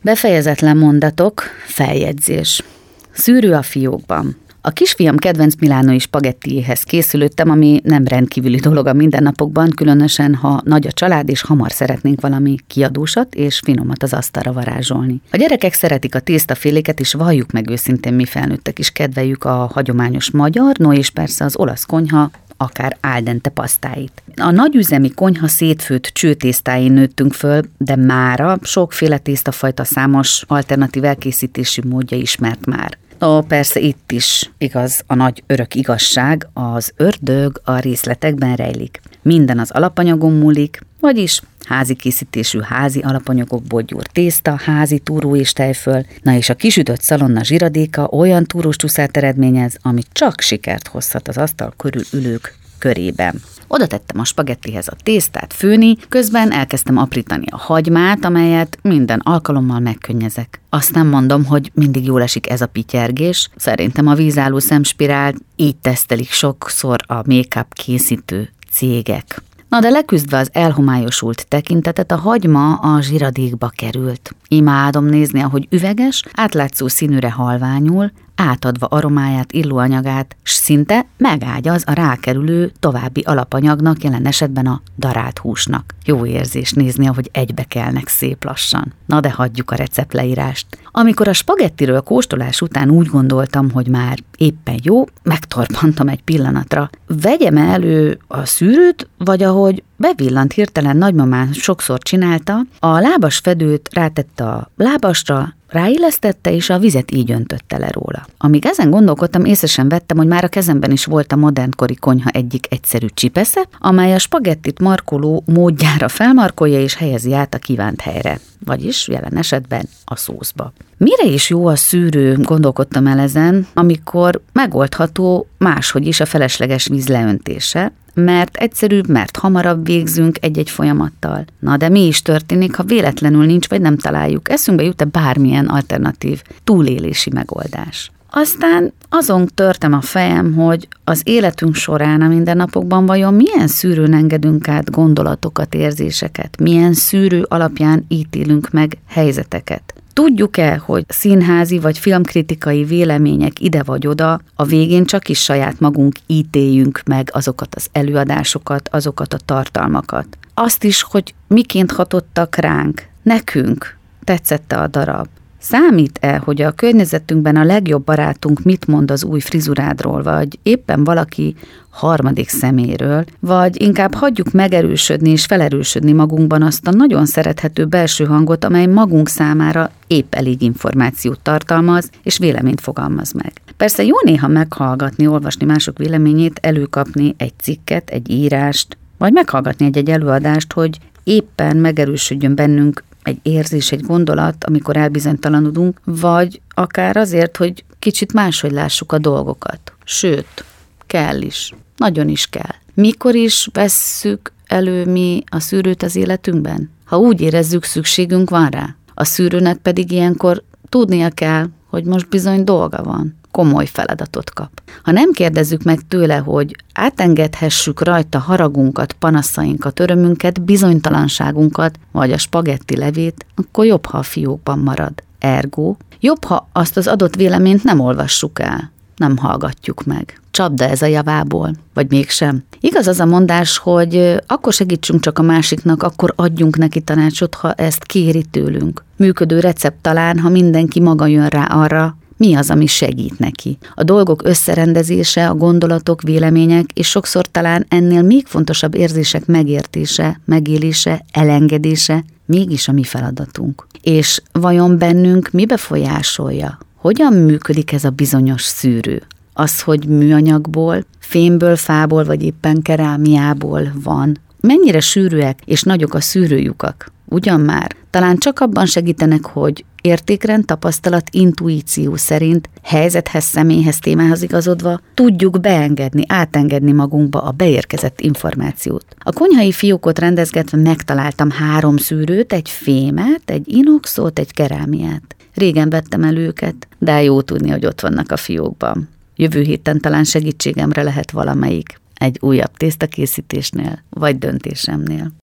Befejezetlen mondatok, feljegyzés. Szűrő a fiókban. A kisfiam kedvenc milánói spagettiéhez készülöttem, ami nem rendkívüli dolog a mindennapokban, különösen, ha nagy a család, és hamar szeretnénk valami kiadósat és finomat az asztalra varázsolni. A gyerekek szeretik a tésztaféléket, és valljuk meg őszintén, mi felnőttek is kedveljük a hagyományos magyar, no és persze az olasz konyha, akár al dente pasztáit. A nagyüzemi konyha szétfőtt csőtésztáin nőttünk föl, de mára sokféle tésztafajta számos alternatív elkészítési módja ismert már. Persze itt is igaz a nagy örök igazság, az ördög a részletekben rejlik. Minden az alapanyagon múlik, vagyis házi készítésű házi alapanyagokból gyúrt tészta, házi túró és tejföl, na és a kisütött szalonna zsiradéka olyan túrós csúszát eredményez, ami csak sikert hozhat az asztal körül ülők körében. Oda tettem a spagettihez a tésztát főni, közben elkezdtem aprítani a hagymát, amelyet minden alkalommal megkönnyezek. Azt nem mondom, hogy mindig jól esik ez a pityergés, szerintem a vízálló szemspirált így tesztelik sokszor a make-up készítő cégek. Na de leküzdve az elhomályosult tekintetet, a hagyma a zsiradékba került. Imádom nézni, ahogy üveges, átlátszó színűre halványul, átadva aromáját, illóanyagát, s szinte megágyaz a rákerülő további alapanyagnak, jelen esetben a darált húsnak. Jó érzés nézni, ahogy egybekelnek szép lassan. Na de hagyjuk a receptleírást. Amikor a spagettiről kóstolás után úgy gondoltam, hogy már éppen jó, megtorpantam egy pillanatra. Vegyem elő a szűrőt, vagy ahogy bevillant hirtelen nagymamám sokszor csinálta, a lábas fedőt rátette a lábasra, ráillesztette, és a vizet így öntötte le róla. Amíg ezen gondolkodtam, észre sem vettem, hogy már a kezemben is volt a modernkori konyha egyik egyszerű csipesze, amely a spagettit markoló módjára felmarkolja és helyezi át a kívánt helyre, vagyis jelen esetben a szószba. Mire is jó a szűrő, gondolkodtam el ezen, amikor megoldható máshogy is a felesleges víz leöntése, mert egyszerűbb, mert hamarabb végzünk egy-egy folyamattal. Na de mi is történik, ha véletlenül nincs, vagy nem találjuk? Eszünkbe jut-e bármilyen alternatív túlélési megoldás? Aztán azon törtem a fejem, hogy az életünk során a mindennapokban vajon milyen szűrőn engedünk át gondolatokat, érzéseket, milyen szűrő alapján ítélünk meg helyzeteket. Tudjuk-e, hogy színházi vagy filmkritikai vélemények ide vagy oda, a végén csak is saját magunk ítéljünk meg azokat az előadásokat, azokat a tartalmakat. Azt is, hogy miként hatottak ránk, nekünk tetszette a darab. Számít-e, hogy a környezetünkben a legjobb barátunk mit mond az új frizurádról, vagy éppen valaki harmadik szeméről, vagy inkább hagyjuk megerősödni és felerősödni magunkban azt a nagyon szerethető belső hangot, amely magunk számára épp elég információt tartalmaz, és véleményt fogalmaz meg. Persze jó néha meghallgatni, olvasni mások véleményét, előkapni egy cikket, egy írást, vagy meghallgatni egy előadást, hogy éppen megerősödjön bennünk egy érzés, egy gondolat, amikor elbizonytalanodunk, vagy akár azért, hogy kicsit máshogy lássuk a dolgokat. Sőt, kell is. Nagyon is kell. Mikor is vesszük elő mi a szűrőt az életünkben? Ha úgy érezzük, szükségünk van rá. A szűrőnek pedig ilyenkor tudnia kell, hogy most bizony dolga van. Komoly feladatot kap. Ha nem kérdezzük meg tőle, hogy átengedhessük rajta haragunkat, panaszainkat, örömünket, bizonytalanságunkat, vagy a spagetti levét, akkor jobb, ha a fiókban marad. Ergo, jobb, ha azt az adott véleményt nem olvassuk el, nem hallgatjuk meg. Csapda ez a javából, vagy mégsem. Igaz az a mondás, hogy akkor segítsünk csak a másiknak, akkor adjunk neki tanácsot, ha ezt kéri tőlünk. Működő recept talán, ha mindenki maga jön rá arra, mi az, ami segít neki. A dolgok összerendezése, a gondolatok, vélemények, és sokszor talán ennél még fontosabb érzések megértése, megélése, elengedése, mégis a mi feladatunk. És vajon bennünk mi befolyásolja? Hogyan működik ez a bizonyos szűrő? Az, hogy műanyagból, fémből, fából, vagy éppen kerámiából van. Mennyire sűrűek és nagyok a szűrőlyukak? Ugyan már? Talán csak abban segítenek, hogy értékrend, tapasztalat, intuíció szerint helyzethez, személyhez, témához igazodva tudjuk beengedni, átengedni magunkba a beérkezett információt. A konyhai fiókot rendezgetve megtaláltam 3 szűrőt, egy fémet, egy inoxot, egy kerámiát. Régen vettem el őket, de jó tudni, hogy ott vannak a fiókban. Jövő héten talán segítségemre lehet valamelyik. Egy újabb tésztakészítésnél, vagy döntésemnél.